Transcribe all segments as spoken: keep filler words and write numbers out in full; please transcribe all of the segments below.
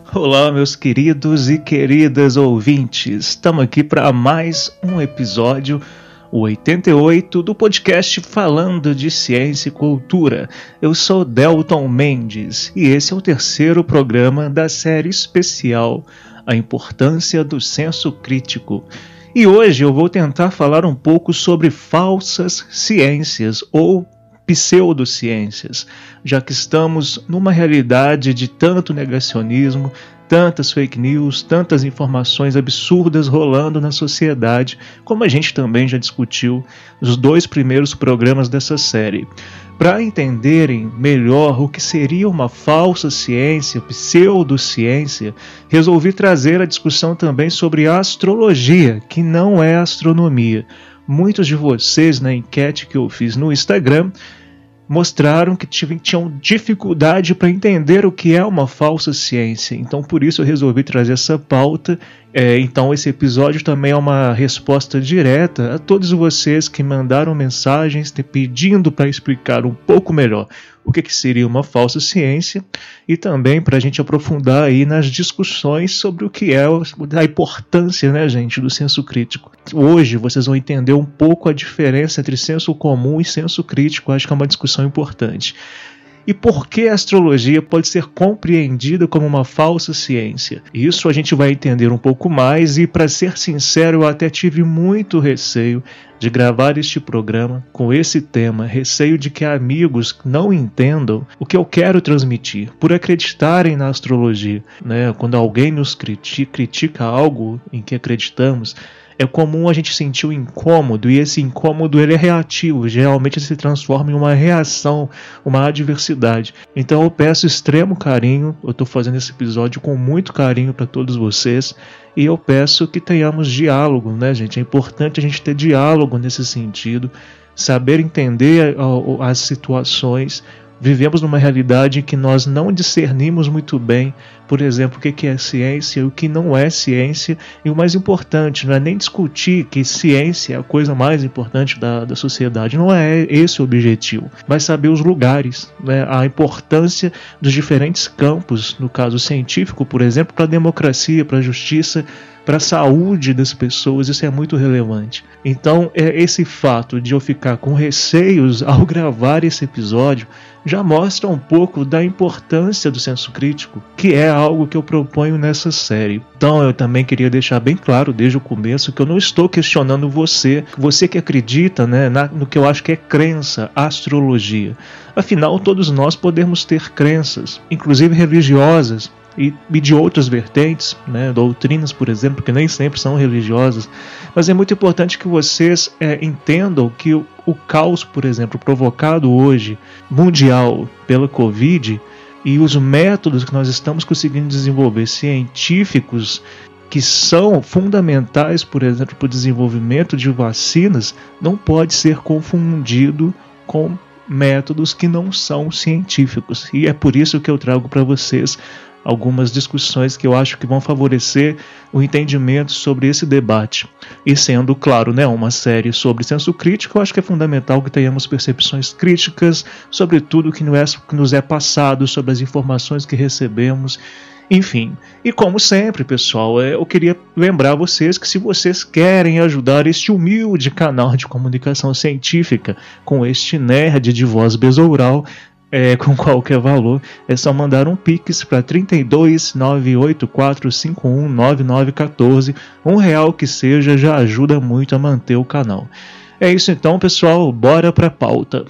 Olá, meus queridos e queridas ouvintes, estamos aqui para mais um episódio, o oitenta e oito, do podcast Falando de Ciência e Cultura. Eu sou Delton Mendes e esse é o terceiro programa da série especial A Importância do Senso Crítico. E hoje eu vou tentar falar um pouco sobre falsas ciências ou pseudociências, já que estamos numa realidade de tanto negacionismo, tantas fake news, tantas informações absurdas rolando na sociedade, como a gente também já discutiu nos dois primeiros programas dessa série. Para entenderem melhor o que seria uma falsa ciência, pseudociência, resolvi trazer a discussão também sobre astrologia, que não é astronomia. Muitos de vocês, na enquete que eu fiz no Instagram, mostraram que tinham dificuldade para entender o que é uma falsa ciência. Então, por isso eu resolvi trazer essa pauta. É, então, esse episódio também é uma resposta direta a todos vocês que mandaram mensagens pedindo para explicar um pouco melhor o que, que seria uma falsa ciência e também para a gente aprofundar aí nas discussões sobre o que é a importância, né, gente, do senso crítico. Hoje vocês vão entender um pouco a diferença entre senso comum e senso crítico. Acho que é uma discussão importante. E por que a astrologia pode ser compreendida como uma falsa ciência? Isso a gente vai entender um pouco mais e, para ser sincero, eu até tive muito receio de gravar este programa com esse tema, receio de que amigos não entendam o que eu quero transmitir, por acreditarem na astrologia, né? Quando alguém nos critica, critica algo em que acreditamos, é comum a gente sentir um incômodo, e esse incômodo ele é reativo, geralmente ele se transforma em uma reação, uma adversidade. Então eu peço extremo carinho, eu estou fazendo esse episódio com muito carinho para todos vocês, e eu peço que tenhamos diálogo, né, gente? É importante a gente ter diálogo nesse sentido, saber entender as situações. Vivemos numa realidade em que nós não discernimos muito bem, por exemplo, o que é ciência e o que não é ciência. E o mais importante, não é nem discutir que ciência é a coisa mais importante da, da sociedade. Não é esse o objetivo. Mas saber os lugares, né? A importância dos diferentes campos, no caso científico, por exemplo, para a democracia, para a justiça, para a saúde das pessoas. Isso é muito relevante. Então, é esse fato de eu ficar com receios ao gravar esse episódio já mostra um pouco da importância do senso crítico, que é algo que eu proponho nessa série. Então eu também queria deixar bem claro desde o começo que eu não estou questionando você, você que acredita, né, na, no que eu acho que é crença, astrologia. Afinal, todos nós podemos ter crenças, inclusive religiosas, e, e de outras vertentes, né, doutrinas, por exemplo, que nem sempre são religiosas, mas é muito importante que vocês é, entendam que o, o caos, por exemplo, provocado hoje, mundial, pela Covid, e os métodos que nós estamos conseguindo desenvolver científicos que são fundamentais, por exemplo, para o desenvolvimento de vacinas, não pode ser confundido com métodos que não são científicos. E é por isso que eu trago para vocês algumas discussões que eu acho que vão favorecer o entendimento sobre esse debate. E sendo, claro, né, uma série sobre senso crítico, eu acho que é fundamental que tenhamos percepções críticas sobre tudo que nos é passado, sobre as informações que recebemos, enfim. E como sempre, pessoal, eu queria lembrar vocês que se vocês querem ajudar este humilde canal de comunicação científica com este nerd de voz besoural, É, com qualquer valor, é só mandar um pix para trinta e dois, nove oito quatro cinco um, nove nove um quatro. Um real que seja já ajuda muito a manter o canal. É isso então, pessoal, bora pra pauta.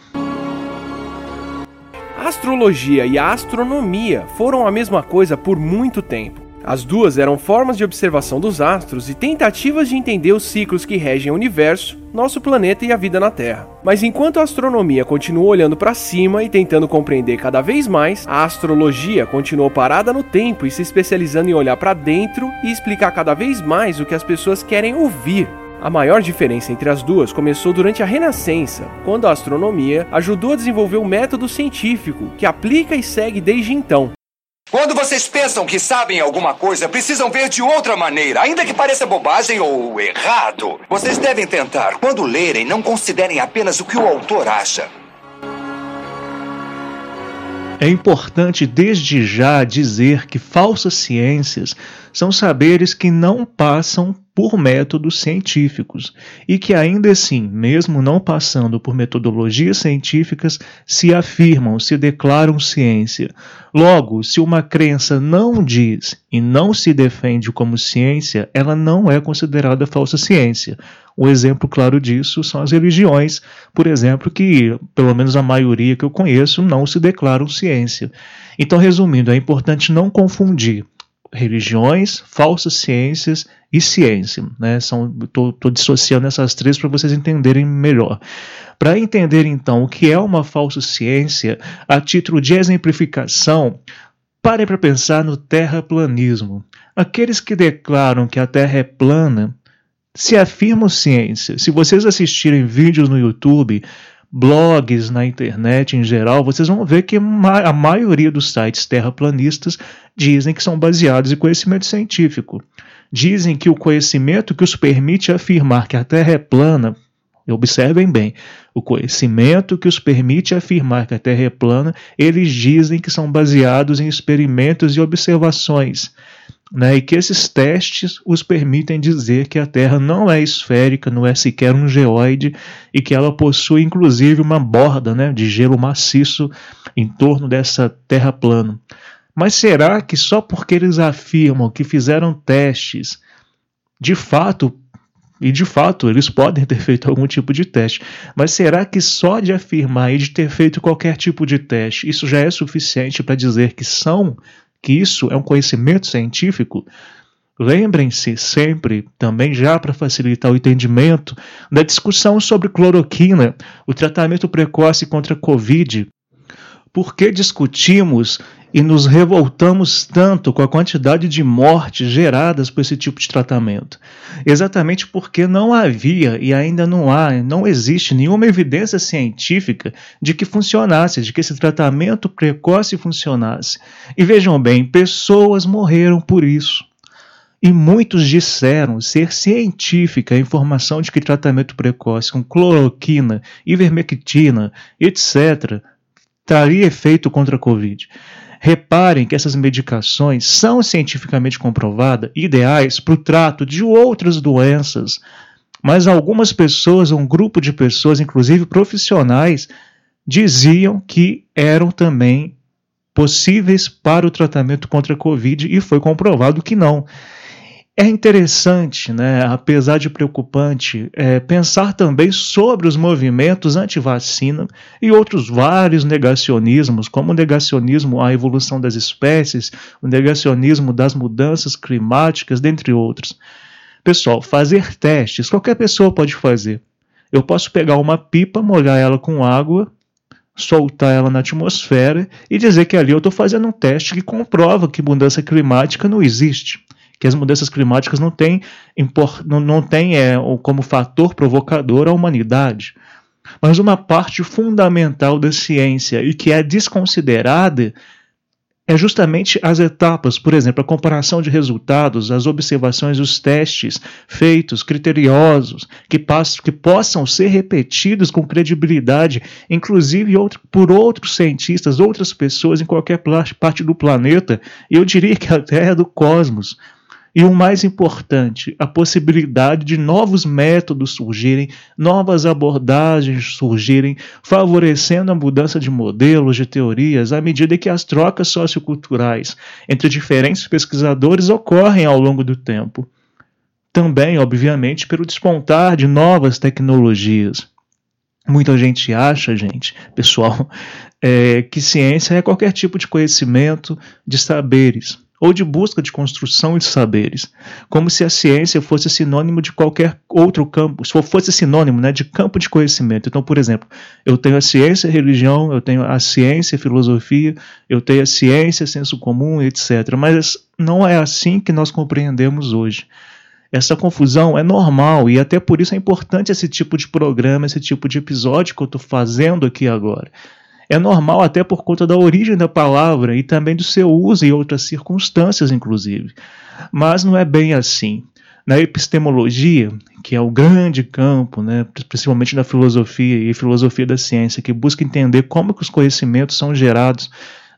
A astrologia e a astronomia foram a mesma coisa por muito tempo. As duas eram formas de observação dos astros e tentativas de entender os ciclos que regem o universo, nosso planeta e a vida na Terra. Mas enquanto a astronomia continuou olhando para cima e tentando compreender cada vez mais, a astrologia continuou parada no tempo e se especializando em olhar para dentro e explicar cada vez mais o que as pessoas querem ouvir. A maior diferença entre as duas começou durante a Renascença, quando a astronomia ajudou a desenvolver um método científico que aplica e segue desde então. Quando vocês pensam que sabem alguma coisa, precisam ver de outra maneira, ainda que pareça bobagem ou errado. Vocês devem tentar, quando lerem, não considerem apenas o que o autor acha. É importante desde já dizer que falsas ciências são saberes que não passam por métodos científicos e que ainda assim, mesmo não passando por metodologias científicas, se afirmam, se declaram ciência. Logo, se uma crença não diz e não se defende como ciência, ela não é considerada falsa ciência. Um exemplo claro disso são as religiões, por exemplo, que, pelo menos a maioria que eu conheço, não se declaram ciência. Então, resumindo, é importante não confundir religiões, falsas ciências e ciência. Né? São, estou dissociando essas três para vocês entenderem melhor. Para entender, então, o que é uma falsa ciência, a título de exemplificação, parem para pensar no terraplanismo. Aqueles que declaram que a Terra é plana se afirmam ciência. Se vocês assistirem vídeos no YouTube, blogs na internet em geral, vocês vão ver que a maioria dos sites terraplanistas dizem que são baseados em conhecimento científico. Dizem que o conhecimento que os permite afirmar que a Terra é plana, observem bem, o conhecimento que os permite afirmar que a Terra é plana, eles dizem que são baseados em experimentos e observações. Né, e que esses testes os permitem dizer que a Terra não é esférica, não é sequer um geóide e que ela possui inclusive uma borda, né, de gelo maciço em torno dessa Terra plana. Mas será que só porque eles afirmam que fizeram testes, de fato, e de fato eles podem ter feito algum tipo de teste, mas será que só de afirmar e de ter feito qualquer tipo de teste, isso já é suficiente para dizer que são que isso é um conhecimento científico? Lembrem-se sempre, também já para facilitar o entendimento, da discussão sobre cloroquina, o tratamento precoce contra a Covid. Por que discutimos e nos revoltamos tanto com a quantidade de mortes geradas por esse tipo de tratamento? Exatamente porque não havia e ainda não há, não existe nenhuma evidência científica de que funcionasse, de que esse tratamento precoce funcionasse. E vejam bem, pessoas morreram por isso. E muitos disseram ser científica a informação de que tratamento precoce com cloroquina, ivermectina, etcétera, traria efeito contra a Covid. Reparem que essas medicações são cientificamente comprovadas, ideais para o trato de outras doenças, mas algumas pessoas, um grupo de pessoas, inclusive profissionais, diziam que eram também possíveis para o tratamento contra a Covid e foi comprovado que não. É interessante, né, apesar de preocupante, é, pensar também sobre os movimentos anti-vacina e outros vários negacionismos, como o negacionismo à evolução das espécies, o negacionismo das mudanças climáticas, dentre outros. Pessoal, fazer testes, qualquer pessoa pode fazer. Eu posso pegar uma pipa, molhar ela com água, soltar ela na atmosfera e dizer que ali eu estou fazendo um teste que comprova que mudança climática não existe. Que as mudanças climáticas não têm, não, não têm é, como fator provocador a humanidade. Mas uma parte fundamental da ciência e que é desconsiderada é justamente as etapas, por exemplo, a comparação de resultados, as observações, os testes feitos, criteriosos, que, passam, que possam ser repetidos com credibilidade, inclusive outro, por outros cientistas, outras pessoas em qualquer parte do planeta, e eu diria que até do cosmos. E o mais importante, a possibilidade de novos métodos surgirem, novas abordagens surgirem, favorecendo a mudança de modelos, de teorias, à medida que as trocas socioculturais entre diferentes pesquisadores ocorrem ao longo do tempo. Também, obviamente, pelo despontar de novas tecnologias. Muita gente acha, gente, pessoal, é, que ciência é qualquer tipo de conhecimento, de saberes, ou de busca de construção de saberes, como se a ciência fosse sinônimo de qualquer outro campo, se fosse sinônimo, né, de campo de conhecimento. Então, por exemplo, eu tenho a ciência e a religião, eu tenho a ciência e a filosofia, eu tenho a ciência, senso comum, etcétera. Mas não é assim que nós compreendemos hoje. Essa confusão é normal e até por isso é importante esse tipo de programa, esse tipo de episódio que eu estou fazendo aqui agora. É normal até por conta da origem da palavra e também do seu uso em outras circunstâncias, inclusive. Mas não é bem assim. Na epistemologia, que é o grande campo, né, principalmente na filosofia e filosofia da ciência, que busca entender como que os conhecimentos são gerados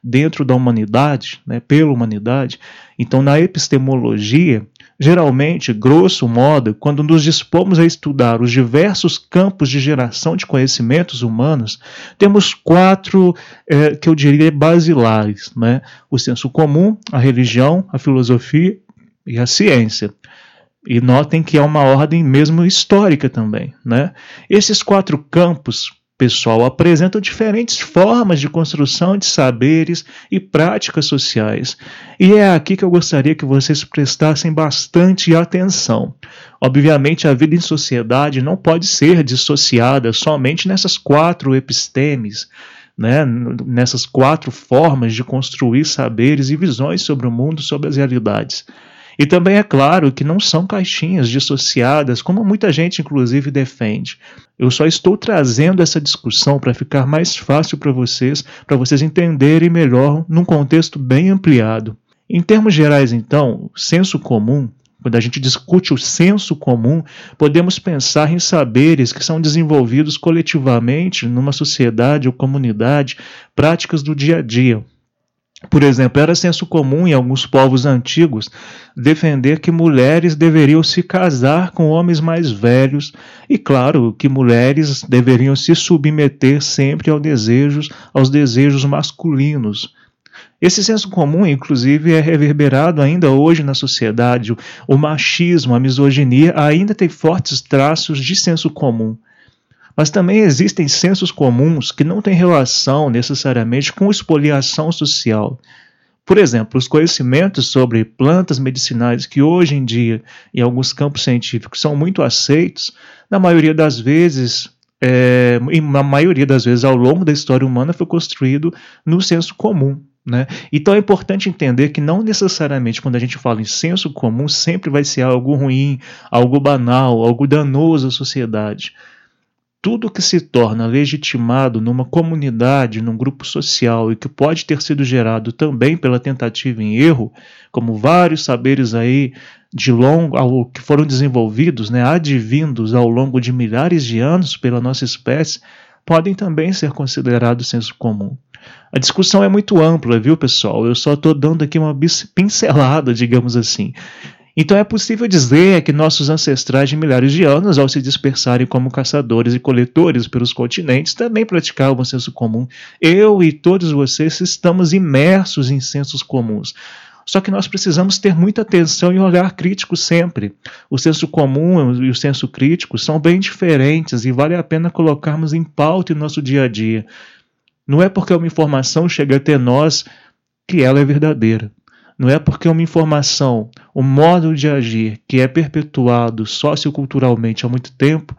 dentro da humanidade, né, pela humanidade. Então, na epistemologia, geralmente, grosso modo, quando nos dispomos a estudar os diversos campos de geração de conhecimentos humanos, temos quatro é, que eu diria basilares, né? O senso comum, a religião, a filosofia e a ciência. E notem que é uma ordem mesmo histórica também, né? Esses quatro campos, pessoal, apresentam diferentes formas de construção de saberes e práticas sociais. E é aqui que eu gostaria que vocês prestassem bastante atenção. Obviamente, a vida em sociedade não pode ser dissociada somente nessas quatro epistemes, né? Nessas quatro formas de construir saberes e visões sobre o mundo, sobre as realidades. E também é claro que não são caixinhas dissociadas, como muita gente inclusive defende. Eu só estou trazendo essa discussão para ficar mais fácil para vocês, para vocês entenderem melhor num contexto bem ampliado. Em termos gerais, então, senso comum, quando a gente discute o senso comum, podemos pensar em saberes que são desenvolvidos coletivamente numa sociedade ou comunidade, práticas do dia a dia. Por exemplo, era senso comum em alguns povos antigos defender que mulheres deveriam se casar com homens mais velhos e, claro, que mulheres deveriam se submeter sempre aos desejos, aos desejos masculinos. Esse senso comum, inclusive, é reverberado ainda hoje na sociedade. O machismo, a misoginia ainda tem fortes traços de senso comum. Mas também existem sensos comuns que não têm relação necessariamente com expoliação social. Por exemplo, os conhecimentos sobre plantas medicinais que hoje em dia, em alguns campos científicos, são muito aceitos, na maioria das vezes, é, na maioria das vezes ao longo da história humana, foi construído no senso comum. Né? Então é importante entender que não necessariamente quando a gente fala em senso comum sempre vai ser algo ruim, algo banal, algo danoso à sociedade. Tudo que se torna legitimado numa comunidade, num grupo social e que pode ter sido gerado também pela tentativa em erro, como vários saberes aí de longo, que foram desenvolvidos, né, advindos ao longo de milhares de anos pela nossa espécie, podem também ser considerados senso comum. A discussão é muito ampla, viu, pessoal? Eu só estou dando aqui uma pincelada, digamos assim. Então é possível dizer que nossos ancestrais de milhares de anos, ao se dispersarem como caçadores e coletores pelos continentes, também praticavam o senso comum. Eu e todos vocês estamos imersos em sensos comuns. Só que nós precisamos ter muita atenção e olhar crítico sempre. O senso comum e o senso crítico são bem diferentes e vale a pena colocarmos em pauta em nosso dia a dia. Não é porque uma informação chega até nós que ela é verdadeira. Não é porque uma informação, um modo de agir que é perpetuado socioculturalmente há muito tempo,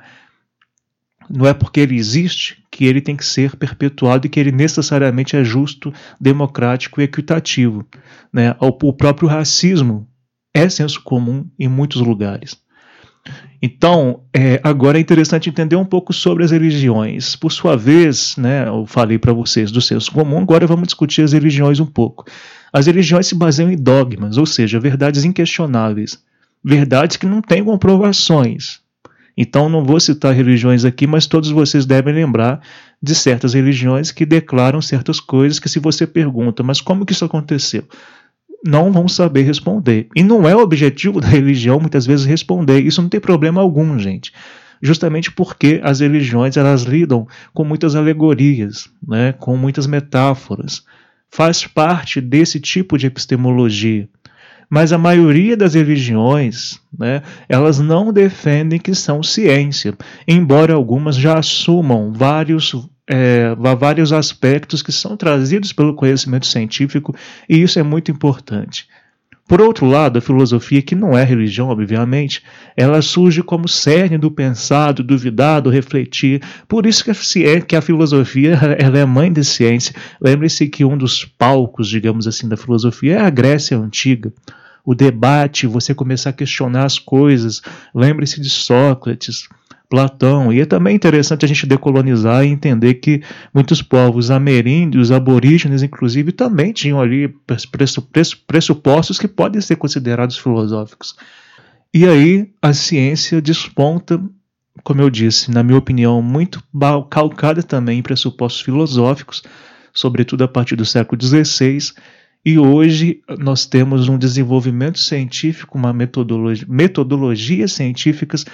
não é porque ele existe que ele tem que ser perpetuado e que ele necessariamente é justo, democrático e equitativo. Né? O próprio racismo é senso comum em muitos lugares. Então, é, agora é interessante entender um pouco sobre as religiões. Por sua vez, né, eu falei para vocês do senso comum, agora vamos discutir as religiões um pouco. As religiões se baseiam em dogmas, ou seja, verdades inquestionáveis, verdades que não têm comprovações. Então, não vou citar religiões aqui, mas todos vocês devem lembrar de certas religiões que declaram certas coisas que, se você pergunta, mas como que isso aconteceu? Não vão saber responder. E não é o objetivo da religião, muitas vezes, responder. Isso não tem problema algum, gente. Justamente porque as religiões elas lidam com muitas alegorias, né, com muitas metáforas. Faz parte desse tipo de epistemologia. Mas a maioria das religiões, né, elas não defendem que são ciência, embora algumas já assumam vários, é, vários aspectos que são trazidos pelo conhecimento científico, e isso é muito importante. Por outro lado, a filosofia, que não é religião, obviamente, ela surge como cerne do pensar, do duvidar, do refletir. Por isso que a, ciência, que a filosofia ela é mãe da ciência. Lembre-se que um dos palcos, digamos assim, da filosofia é a Grécia Antiga. O debate, você começar a questionar as coisas. Lembre-se de Sócrates, Platão. E é também interessante a gente decolonizar e entender que muitos povos ameríndios, aborígenes, inclusive, também tinham ali pressupostos que podem ser considerados filosóficos. E aí a ciência desponta, como eu disse, na minha opinião, muito calcada também em pressupostos filosóficos, sobretudo a partir do século dezesseis, e hoje nós temos um desenvolvimento científico, uma metodologia, metodologias científicas,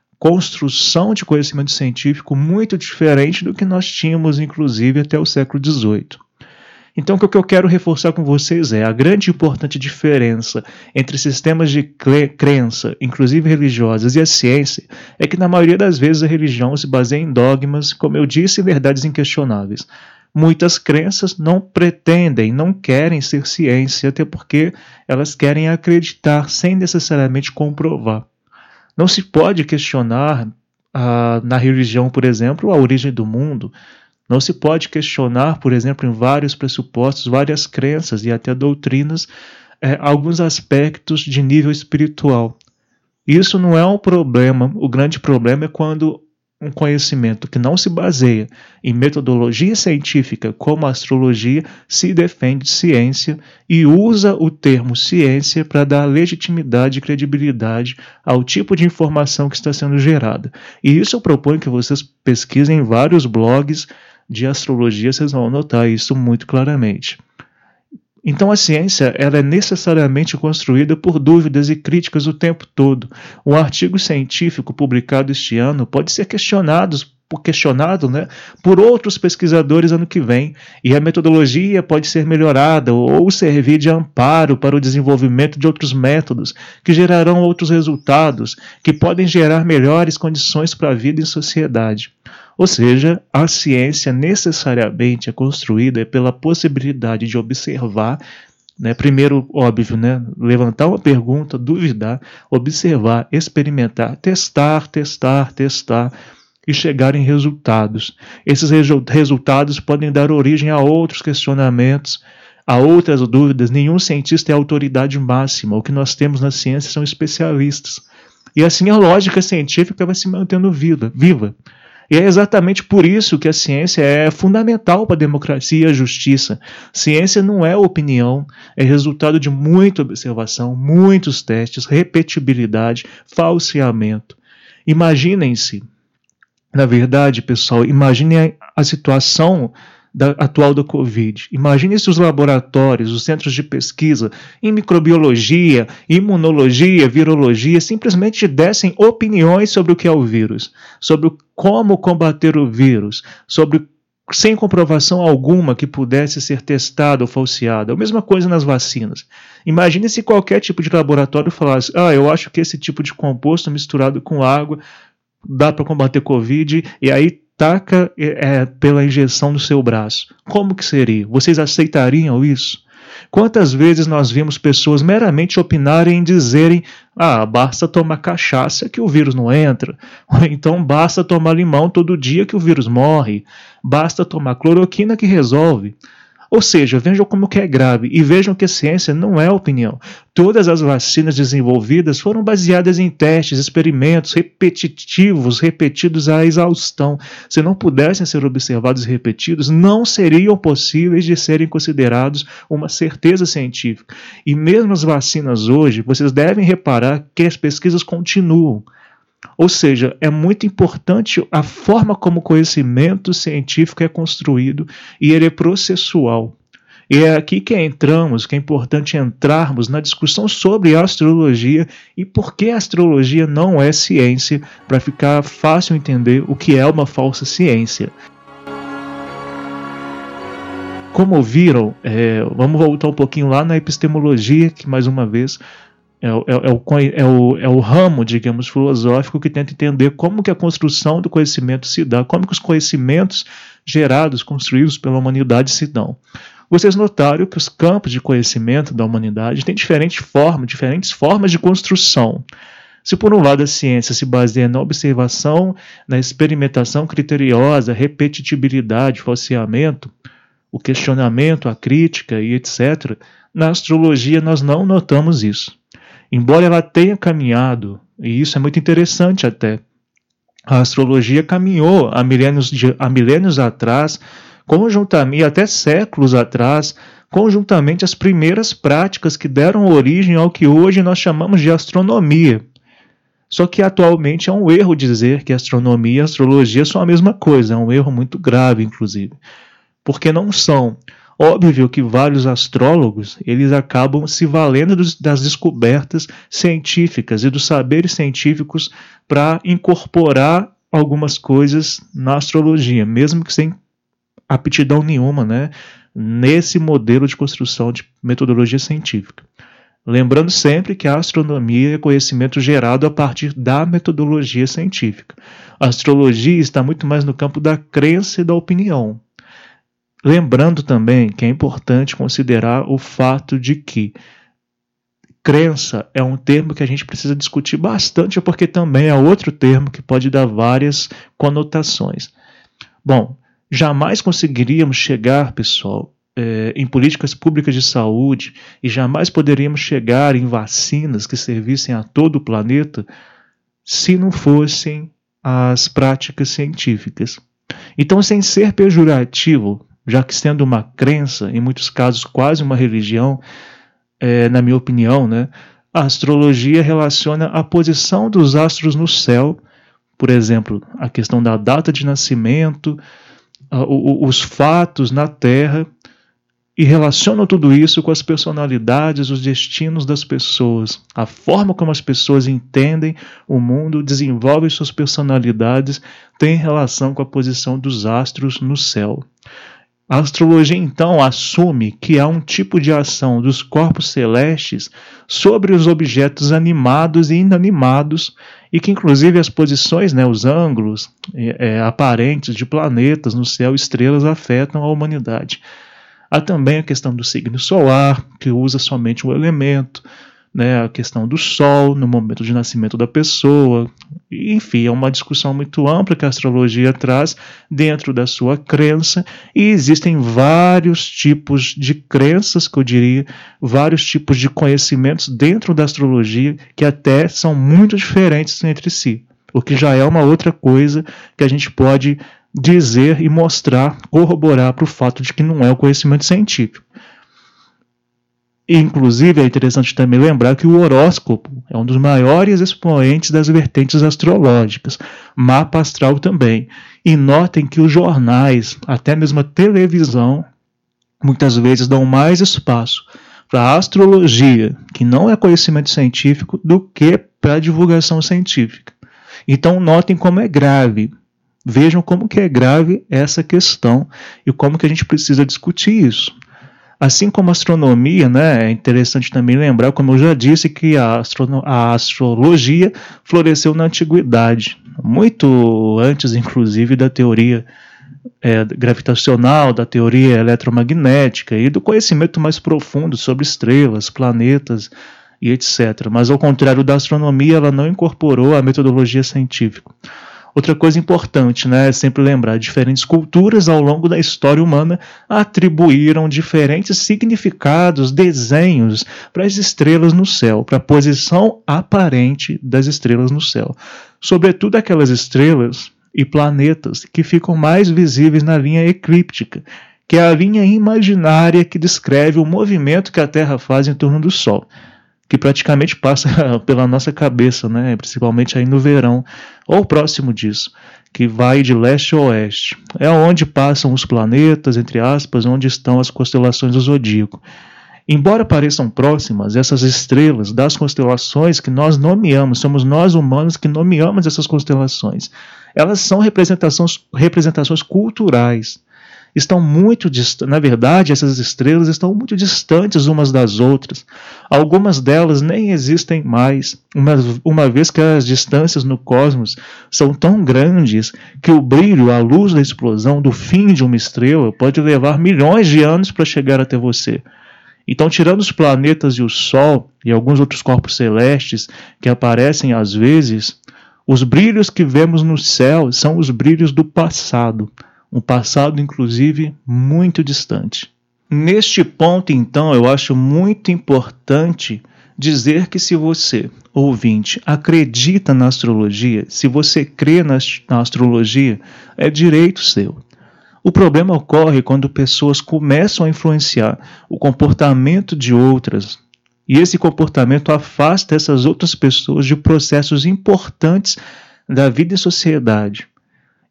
construção de conhecimento científico muito diferente do que nós tínhamos, inclusive, até o século dezoito. Então, o que eu quero reforçar com vocês é a grande e importante diferença entre sistemas de crença, inclusive religiosas, e a ciência, é que na maioria das vezes a religião se baseia em dogmas, como eu disse, verdades inquestionáveis. Muitas crenças não pretendem, não querem ser ciência, até porque elas querem acreditar sem necessariamente comprovar. Não se pode questionar ah, na religião, por exemplo, a origem do mundo. Não se pode questionar, por exemplo, em vários pressupostos, várias crenças e até doutrinas, eh, alguns aspectos de nível espiritual. Isso não é um problema. O grande problema é quando um conhecimento que não se baseia em metodologia científica, como a astrologia, se defende de ciência e usa o termo ciência para dar legitimidade e credibilidade ao tipo de informação que está sendo gerada. E isso eu proponho que vocês pesquisem em vários blogs de astrologia, vocês vão notar isso muito claramente. Então a ciência ela é necessariamente construída por dúvidas e críticas o tempo todo. Um artigo científico publicado este ano pode ser questionado, questionado né, por outros pesquisadores ano que vem, e a metodologia pode ser melhorada ou servir de amparo para o desenvolvimento de outros métodos que gerarão outros resultados, que podem gerar melhores condições para a vida em sociedade. Ou seja, a ciência necessariamente é construída pela possibilidade de observar, né, primeiro, óbvio, né, levantar uma pergunta, duvidar, observar, experimentar, testar, testar, testar e chegar em resultados. Esses resu- resultados podem dar origem a outros questionamentos, a outras dúvidas. Nenhum cientista é autoridade máxima. O que nós temos na ciência são especialistas. E assim a lógica científica vai se mantendo viva. viva. E é exatamente por isso que a ciência é fundamental para a democracia e a justiça. Ciência não é opinião, é resultado de muita observação, muitos testes, repetibilidade, falseamento. Imaginem-se, na verdade, pessoal, imaginem a situação da, atual da Covid. Imagine se os laboratórios, os centros de pesquisa em microbiologia, imunologia, virologia, simplesmente dessem opiniões sobre o que é o vírus, sobre como combater o vírus, sobre sem comprovação alguma que pudesse ser testada ou falseada. A mesma coisa nas vacinas. Imagine se qualquer tipo de laboratório falasse, ah, eu acho que esse tipo de composto misturado com água dá para combater Covid, e aí taca é, pela injeção no seu braço. Como que seria? Vocês aceitariam isso? Quantas vezes nós vimos pessoas meramente opinarem e dizerem, ah, basta tomar cachaça que o vírus não entra, ou então basta tomar limão todo dia que o vírus morre, basta tomar cloroquina que resolve. Ou seja, vejam como que é grave e vejam que a ciência não é opinião. Todas as vacinas desenvolvidas foram baseadas em testes, experimentos repetitivos, repetidos à exaustão. Se não pudessem ser observados e repetidos, não seriam possíveis de serem considerados uma certeza científica. E mesmo as vacinas hoje, vocês devem reparar que as pesquisas continuam. Ou seja, é muito importante a forma como o conhecimento científico é construído e ele é processual. E é aqui que entramos, que é importante entrarmos na discussão sobre a astrologia e por que a astrologia não é ciência, para ficar fácil entender o que é uma falsa ciência. Como viram, é, vamos voltar um pouquinho lá na epistemologia, que mais uma vez É o, é, o, é, o, é o ramo, digamos, filosófico que tenta entender como que a construção do conhecimento se dá, como que os conhecimentos gerados, construídos pela humanidade se dão. Vocês notaram que os campos de conhecimento da humanidade têm diferentes formas, diferentes formas de construção. Se por um lado a ciência se baseia na observação, na experimentação criteriosa, repetitibilidade, falseamento, o questionamento, a crítica e etcétera, na astrologia nós não notamos isso. Embora ela tenha caminhado, e isso é muito interessante até, a astrologia caminhou há milênios, de, há milênios atrás, conjuntamente, até séculos atrás, conjuntamente as primeiras práticas que deram origem ao que hoje nós chamamos de astronomia. Só que atualmente é um erro dizer que astronomia e astrologia são a mesma coisa, é um erro muito grave, inclusive. porque não são. Óbvio que vários astrólogos, eles acabam se valendo dos, das descobertas científicas e dos saberes científicos para incorporar algumas coisas na astrologia, mesmo que sem aptidão nenhuma, né, nesse modelo de construção de metodologia científica. Lembrando sempre que a astronomia é conhecimento gerado a partir da metodologia científica. A astrologia está muito mais no campo da crença e da opinião. Lembrando também que é importante considerar o fato de que crença é um termo que a gente precisa discutir bastante, porque também é outro termo que pode dar várias conotações. Bom, jamais conseguiríamos chegar, pessoal, é, em políticas públicas de saúde e jamais poderíamos chegar em vacinas que servissem a todo o planeta se não fossem as práticas científicas. Então, sem ser pejorativo, já que sendo uma crença, em muitos casos quase uma religião, é, na minha opinião, né, a astrologia relaciona a posição dos astros no céu, por exemplo, a questão da data de nascimento, a, o, os fatos na Terra, e relaciona tudo isso com as personalidades, os destinos das pessoas, a forma como as pessoas entendem o mundo, desenvolvem suas personalidades, tem relação com a posição dos astros no céu. A astrologia, então, assume que há um tipo de ação dos corpos celestes sobre os objetos animados e inanimados, e que, inclusive, as posições, né, os ângulos é, aparentes de planetas no céu e estrelas afetam a humanidade. Há também a questão do signo solar, que usa somente um elemento, né, a questão do Sol no momento de nascimento da pessoa. Enfim, é uma discussão muito ampla que a astrologia traz dentro da sua crença, e existem vários tipos de crenças, que eu diria, vários tipos de conhecimentos dentro da astrologia que até são muito diferentes entre si, o que já é uma outra coisa que a gente pode dizer e mostrar, corroborar para o fato de que não é o conhecimento científico. Inclusive, é interessante também lembrar que o horóscopo é um dos maiores expoentes das vertentes astrológicas, mapa astral também. E notem que os jornais, até mesmo a televisão, muitas vezes dão mais espaço para a astrologia, que não é conhecimento científico, do que para a divulgação científica. Então notem como é grave. Vejam como que é grave essa questão e como que a gente precisa discutir isso. Assim como a astronomia, né, é interessante também lembrar, como eu já disse, que a, astro- a astrologia floresceu na antiguidade, muito antes, inclusive, da teoria é, gravitacional, da teoria eletromagnética e do conhecimento mais profundo sobre estrelas, planetas e etcétera. Mas, ao contrário da astronomia, ela não incorporou a metodologia científica. Outra coisa importante, né, é sempre lembrar, diferentes culturas ao longo da história humana atribuíram diferentes significados, desenhos para as estrelas no céu, para a posição aparente das estrelas no céu. Sobretudo aquelas estrelas e planetas que ficam mais visíveis na linha eclíptica, que é a linha imaginária que descreve o movimento que a Terra faz em torno do Sol, que praticamente passa pela nossa cabeça, né? Principalmente aí no verão, ou próximo disso, que vai de leste a oeste. É onde passam os planetas, entre aspas, onde estão as constelações do zodíaco. Embora pareçam próximas, essas estrelas das constelações que nós nomeamos, somos nós humanos que nomeamos essas constelações, elas são representações, representações culturais. Estão muito distantes, na verdade, essas estrelas estão muito distantes umas das outras. Algumas delas nem existem mais, uma, uma vez que as distâncias no cosmos são tão grandes que o brilho, a luz da explosão do fim de uma estrela pode levar milhões de anos para chegar até você. Então, tirando os planetas e o Sol e alguns outros corpos celestes que aparecem às vezes, os brilhos que vemos no céu são os brilhos do passado. Um passado, inclusive, muito distante. Neste ponto, então, eu acho muito importante dizer que se você, ouvinte, acredita na astrologia, se você crê na, na astrologia, é direito seu. O problema ocorre quando pessoas começam a influenciar o comportamento de outras, e esse comportamento afasta essas outras pessoas de processos importantes da vida em sociedade.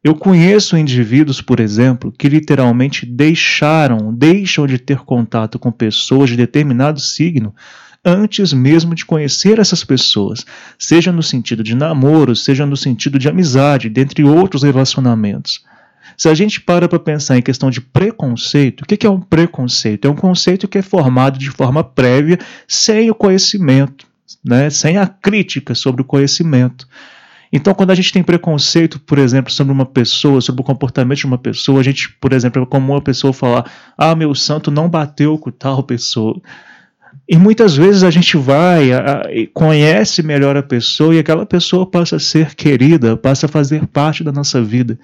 Eu conheço indivíduos, por exemplo, que literalmente deixaram, deixam de ter contato com pessoas de determinado signo antes mesmo de conhecer essas pessoas, seja no sentido de namoro, seja no sentido de amizade, dentre outros relacionamentos. Se a gente para para pensar em questão de preconceito, o que é um preconceito? É um conceito que é formado de forma prévia, sem o conhecimento, né? Sem a crítica sobre o conhecimento. Então, quando a gente tem preconceito, por exemplo, sobre uma pessoa, sobre o comportamento de uma pessoa, a gente, por exemplo, é comum a pessoa falar: ah, meu santo não bateu com tal pessoa. E muitas vezes a gente vai, a, a, conhece melhor a pessoa e aquela pessoa passa a ser querida, passa a fazer parte da nossa vida.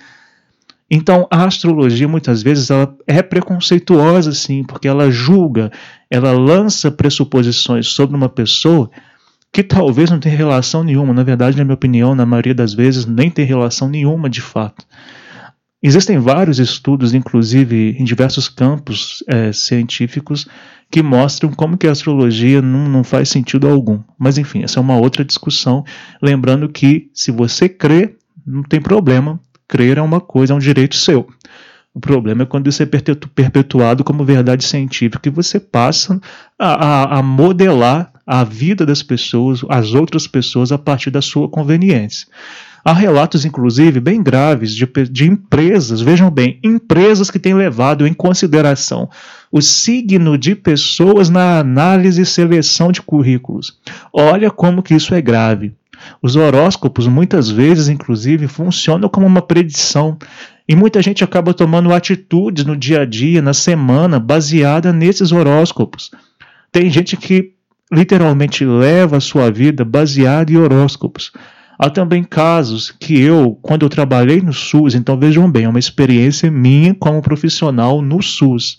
Então, a astrologia, muitas vezes, ela é preconceituosa, sim, porque ela julga, ela lança pressuposições sobre uma pessoa que talvez não tenha relação nenhuma. Na verdade, na minha opinião, na maioria das vezes, nem tem relação nenhuma de fato. Existem vários estudos, inclusive em diversos campos é, científicos, que mostram como que a astrologia não, não faz sentido algum. Mas, enfim, essa é uma outra discussão. Lembrando que, se você crê, não tem problema. Crer é uma coisa, é um direito seu. O problema é quando isso é perpetuado como verdade científica e você passa a, a, a modelar a vida das pessoas, as outras pessoas, a partir da sua conveniência. Há relatos, inclusive, bem graves de, de empresas, vejam bem, empresas que têm levado em consideração o signo de pessoas na análise e seleção de currículos. Olha como que isso é grave. Os horóscopos, muitas vezes, inclusive, funcionam como uma predição. E muita gente acaba tomando atitudes no dia a dia, na semana, baseada nesses horóscopos. Tem gente que literalmente leva a sua vida baseada em horóscopos. Há também casos que eu, quando eu trabalhei no SUS, então vejam bem, é uma experiência minha como profissional no SUS.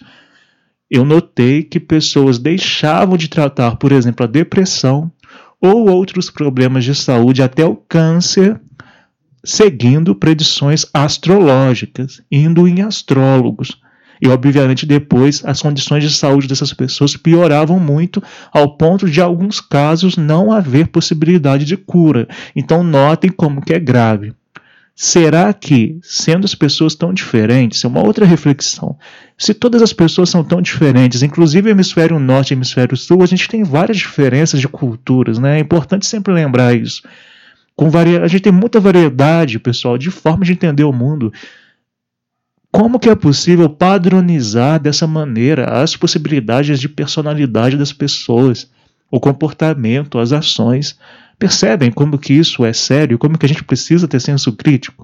Eu notei que pessoas deixavam de tratar, por exemplo, a depressão ou outros problemas de saúde, até o câncer, seguindo predições astrológicas, indo em astrólogos. E, obviamente, depois as condições de saúde dessas pessoas pioravam muito, ao ponto de, em alguns casos, não haver possibilidade de cura. Então, notem como que é grave. Será que, sendo as pessoas tão diferentes, é uma outra reflexão, se todas as pessoas são tão diferentes, inclusive hemisfério norte e hemisfério sul, a gente tem várias diferenças de culturas, né? É importante sempre lembrar isso. Com vari... A gente tem muita variedade, pessoal, de formas de entender o mundo. Como que é possível padronizar dessa maneira as possibilidades de personalidade das pessoas, o comportamento, as ações? Percebem como que isso é sério, como que a gente precisa ter senso crítico?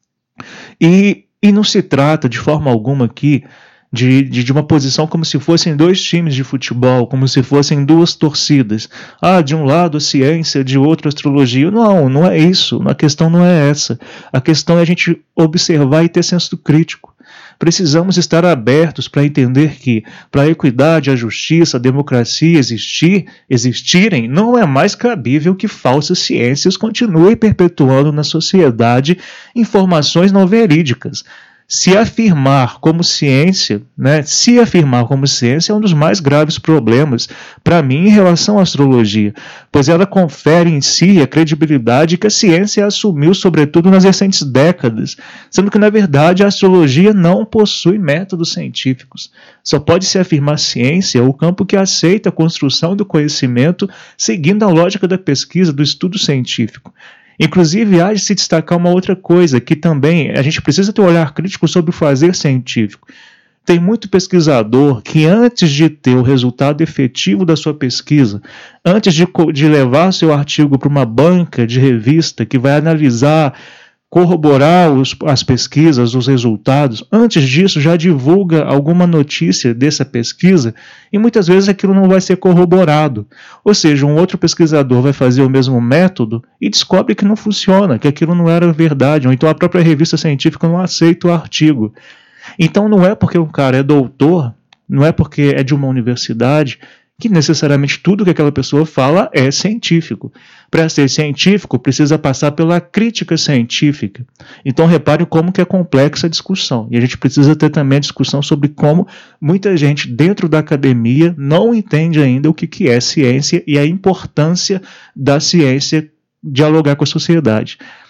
E, e não se trata de forma alguma aqui de, de, de uma posição como se fossem dois times de futebol, como se fossem duas torcidas. Ah, de um lado a ciência, de outro a astrologia. Não, não é isso. A questão não é essa. A questão é a gente observar e ter senso crítico. Precisamos estar abertos para entender que, para a equidade, a justiça, a democracia existir, existirem, não é mais cabível que falsas ciências continuem perpetuando na sociedade informações não verídicas. Se afirmar como ciência, né, se afirmar como ciência é um dos mais graves problemas, para mim, em relação à astrologia, pois ela confere em si a credibilidade que a ciência assumiu, sobretudo nas recentes décadas, sendo que, na verdade, a astrologia não possui métodos científicos. Só pode se afirmar ciência o campo que aceita a construção do conhecimento seguindo a lógica da pesquisa, do estudo científico. Inclusive, há de se destacar uma outra coisa, que também a gente precisa ter um olhar crítico sobre o fazer científico. Tem muito pesquisador que, antes de ter o resultado efetivo da sua pesquisa, antes de, de levar seu artigo para uma banca de revista que vai analisar, corroborar os, as pesquisas, os resultados, antes disso já divulga alguma notícia dessa pesquisa e muitas vezes aquilo não vai ser corroborado. Ou seja, um outro pesquisador vai fazer o mesmo método e descobre que não funciona, que aquilo não era verdade, ou então a própria revista científica não aceita o artigo. Então não é porque um cara é doutor, não é porque é de uma universidade, que necessariamente tudo que aquela pessoa fala é científico. Para ser científico, precisa passar pela crítica científica. Então, repare como que é complexa a discussão. E a gente precisa ter também a discussão sobre como muita gente dentro da academia não entende ainda o que, que é ciência e a importância da ciência dialogar com a sociedade.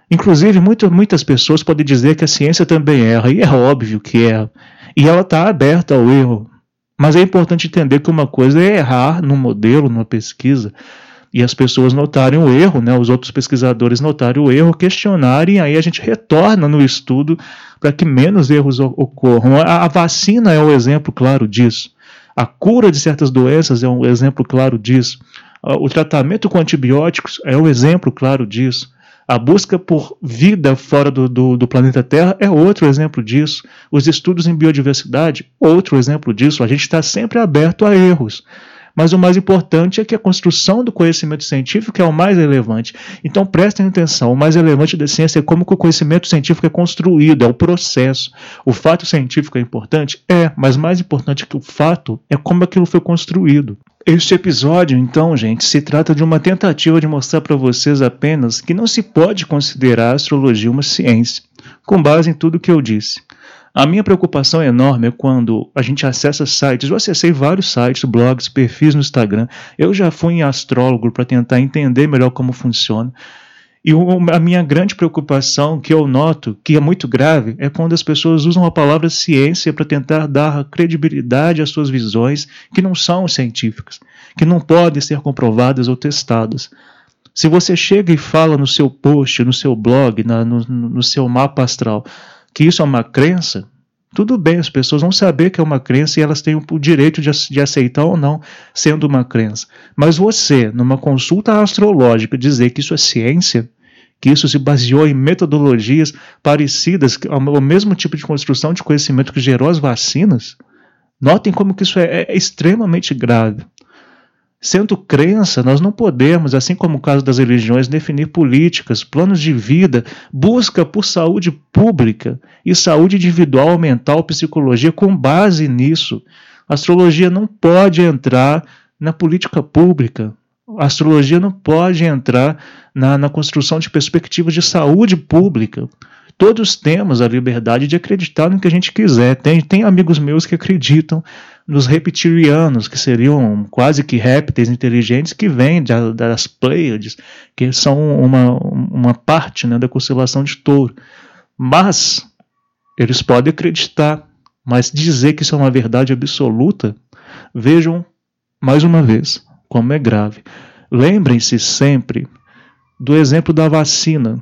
Inclusive, muito, muitas pessoas podem dizer que a ciência também erra, e é óbvio que erra. E ela está aberta ao erro. Mas é importante entender que uma coisa é errar num modelo, numa pesquisa, e as pessoas notarem o erro, né, os outros pesquisadores notarem o erro, questionarem, aí a gente retorna no estudo para que menos erros ocorram. A, a vacina é um exemplo claro disso. A cura de certas doenças é um exemplo claro disso. O tratamento com antibióticos é um exemplo claro disso. A busca por vida fora do, do, do planeta Terra é outro exemplo disso. Os estudos em biodiversidade, outro exemplo disso. A gente está sempre aberto a erros. Mas o mais importante é que a construção do conhecimento científico é o mais relevante. Então prestem atenção, o mais relevante da ciência é como que o conhecimento científico é construído, é o processo. O fato científico é importante? É, mas mais importante que o fato é como aquilo foi construído. Este episódio, então, gente, se trata de uma tentativa de mostrar para vocês apenas que não se pode considerar a astrologia uma ciência, com base em tudo que eu disse. A minha preocupação enorme é quando a gente acessa sites. Eu acessei vários sites, blogs, perfis no Instagram. Eu já fui em astrólogo para tentar entender melhor como funciona. E a minha grande preocupação, que eu noto, que é muito grave, é quando as pessoas usam a palavra ciência para tentar dar credibilidade às suas visões que não são científicas, que não podem ser comprovadas ou testadas. Se você chega e fala no seu post, no seu blog, na, no, no seu mapa astral, que isso é uma crença, tudo bem, as pessoas vão saber que é uma crença e elas têm o direito de, de aceitar ou não sendo uma crença. Mas você, numa consulta astrológica, dizer que isso é ciência, que isso se baseou em metodologias parecidas, o mesmo tipo de construção de conhecimento que gerou as vacinas, notem como que isso é, é extremamente grave. Sendo crença, nós não podemos, assim como o caso das religiões, definir políticas, planos de vida, busca por saúde pública e saúde individual, mental, psicologia, com base nisso. A astrologia não pode entrar na política pública. A astrologia não pode entrar na, na construção de perspectivas de saúde pública. Todos temos a liberdade de acreditar no que a gente quiser. Tem, tem amigos meus que acreditam nos reptilianos, que seriam quase que répteis inteligentes que vêm da, das Pleiades, que são uma, uma parte, né, da constelação de Touro. Mas eles podem acreditar, mas dizer que isso é uma verdade absoluta, vejam mais uma vez como é grave. Lembrem-se sempre do exemplo da vacina.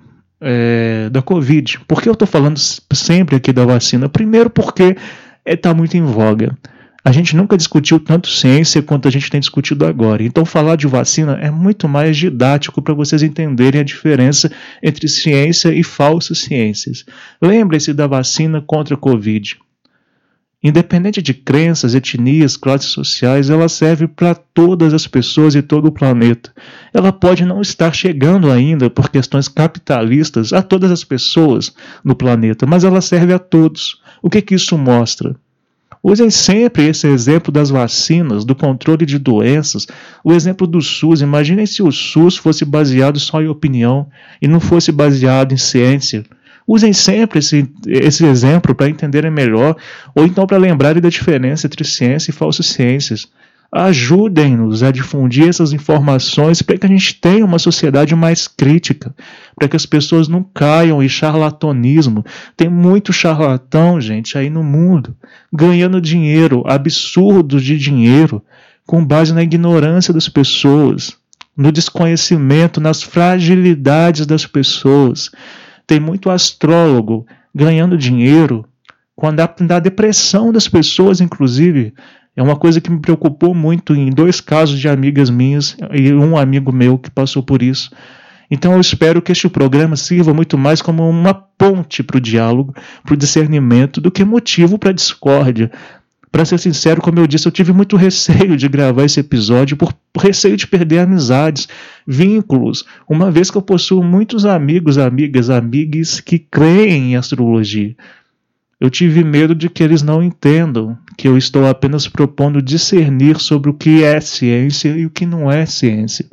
É, da Covid. Por que eu estou falando sempre aqui da vacina? Primeiro porque está muito em voga. A gente nunca discutiu tanto ciência quanto a gente tem discutido agora. Então falar de vacina é muito mais didático para vocês entenderem a diferença entre ciência e falsas ciências. Lembrem-se da vacina contra a Covid. Independente de crenças, etnias, classes sociais, ela serve para todas as pessoas e todo o planeta. Ela pode não estar chegando ainda, por questões capitalistas, a todas as pessoas no planeta, mas ela serve a todos. O que que isso mostra? Usem sempre esse exemplo das vacinas, do controle de doenças, o exemplo do SUS. Imaginem se o SUS fosse baseado só em opinião e não fosse baseado em ciência. Usem sempre esse, esse exemplo para entenderem melhor, ou então para lembrarem da diferença entre ciência e falsas ciências. Ajudem-nos a difundir essas informações para que a gente tenha uma sociedade mais crítica, para que as pessoas não caiam em charlatanismo. Tem muito charlatão, gente, aí no mundo, ganhando dinheiro, absurdo de dinheiro, com base na ignorância das pessoas, no desconhecimento, nas fragilidades das pessoas. Tem muito astrólogo ganhando dinheiro quando a, a depressão das pessoas, inclusive, é uma coisa que me preocupou muito em dois casos de amigas minhas e um amigo meu que passou por isso. Então eu espero que este programa sirva muito mais como uma ponte para o diálogo, para o discernimento, do que motivo para a discórdia. Para ser sincero, como eu disse, eu tive muito receio de gravar esse episódio por receio de perder amizades, vínculos, uma vez que eu possuo muitos amigos, amigas, amigues que creem em astrologia. Eu tive medo de que eles não entendam que eu estou apenas propondo discernir sobre o que é ciência e o que não é ciência.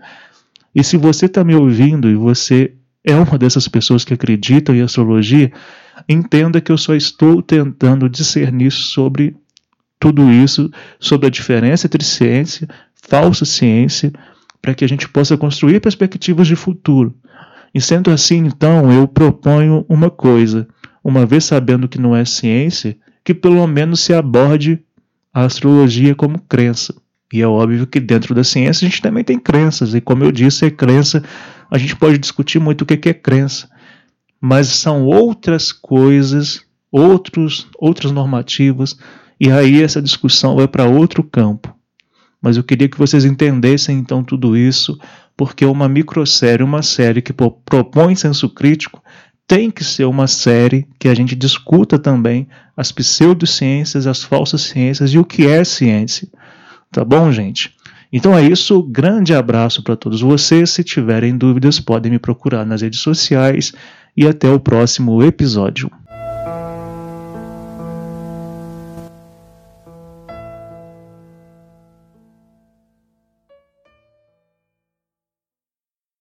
E se você está me ouvindo e você é uma dessas pessoas que acreditam em astrologia, entenda que eu só estou tentando discernir sobre tudo isso, sobre a diferença entre ciência, falsa ciência, para que a gente possa construir perspectivas de futuro. E sendo assim, então, eu proponho uma coisa, uma vez sabendo que não é ciência, que pelo menos se aborde a astrologia como crença. E é óbvio que dentro da ciência a gente também tem crenças, e como eu disse, é crença, a gente pode discutir muito o que é crença, mas são outras coisas, outros, outras normativas, e aí essa discussão vai para outro campo. Mas eu queria que vocês entendessem então tudo isso, porque uma microsérie, uma série que propõe senso crítico, tem que ser uma série que a gente discuta também as pseudociências, as falsas ciências e o que é ciência. Tá bom, gente? Então é isso, grande abraço para todos vocês. Se tiverem dúvidas, podem me procurar nas redes sociais e até o próximo episódio.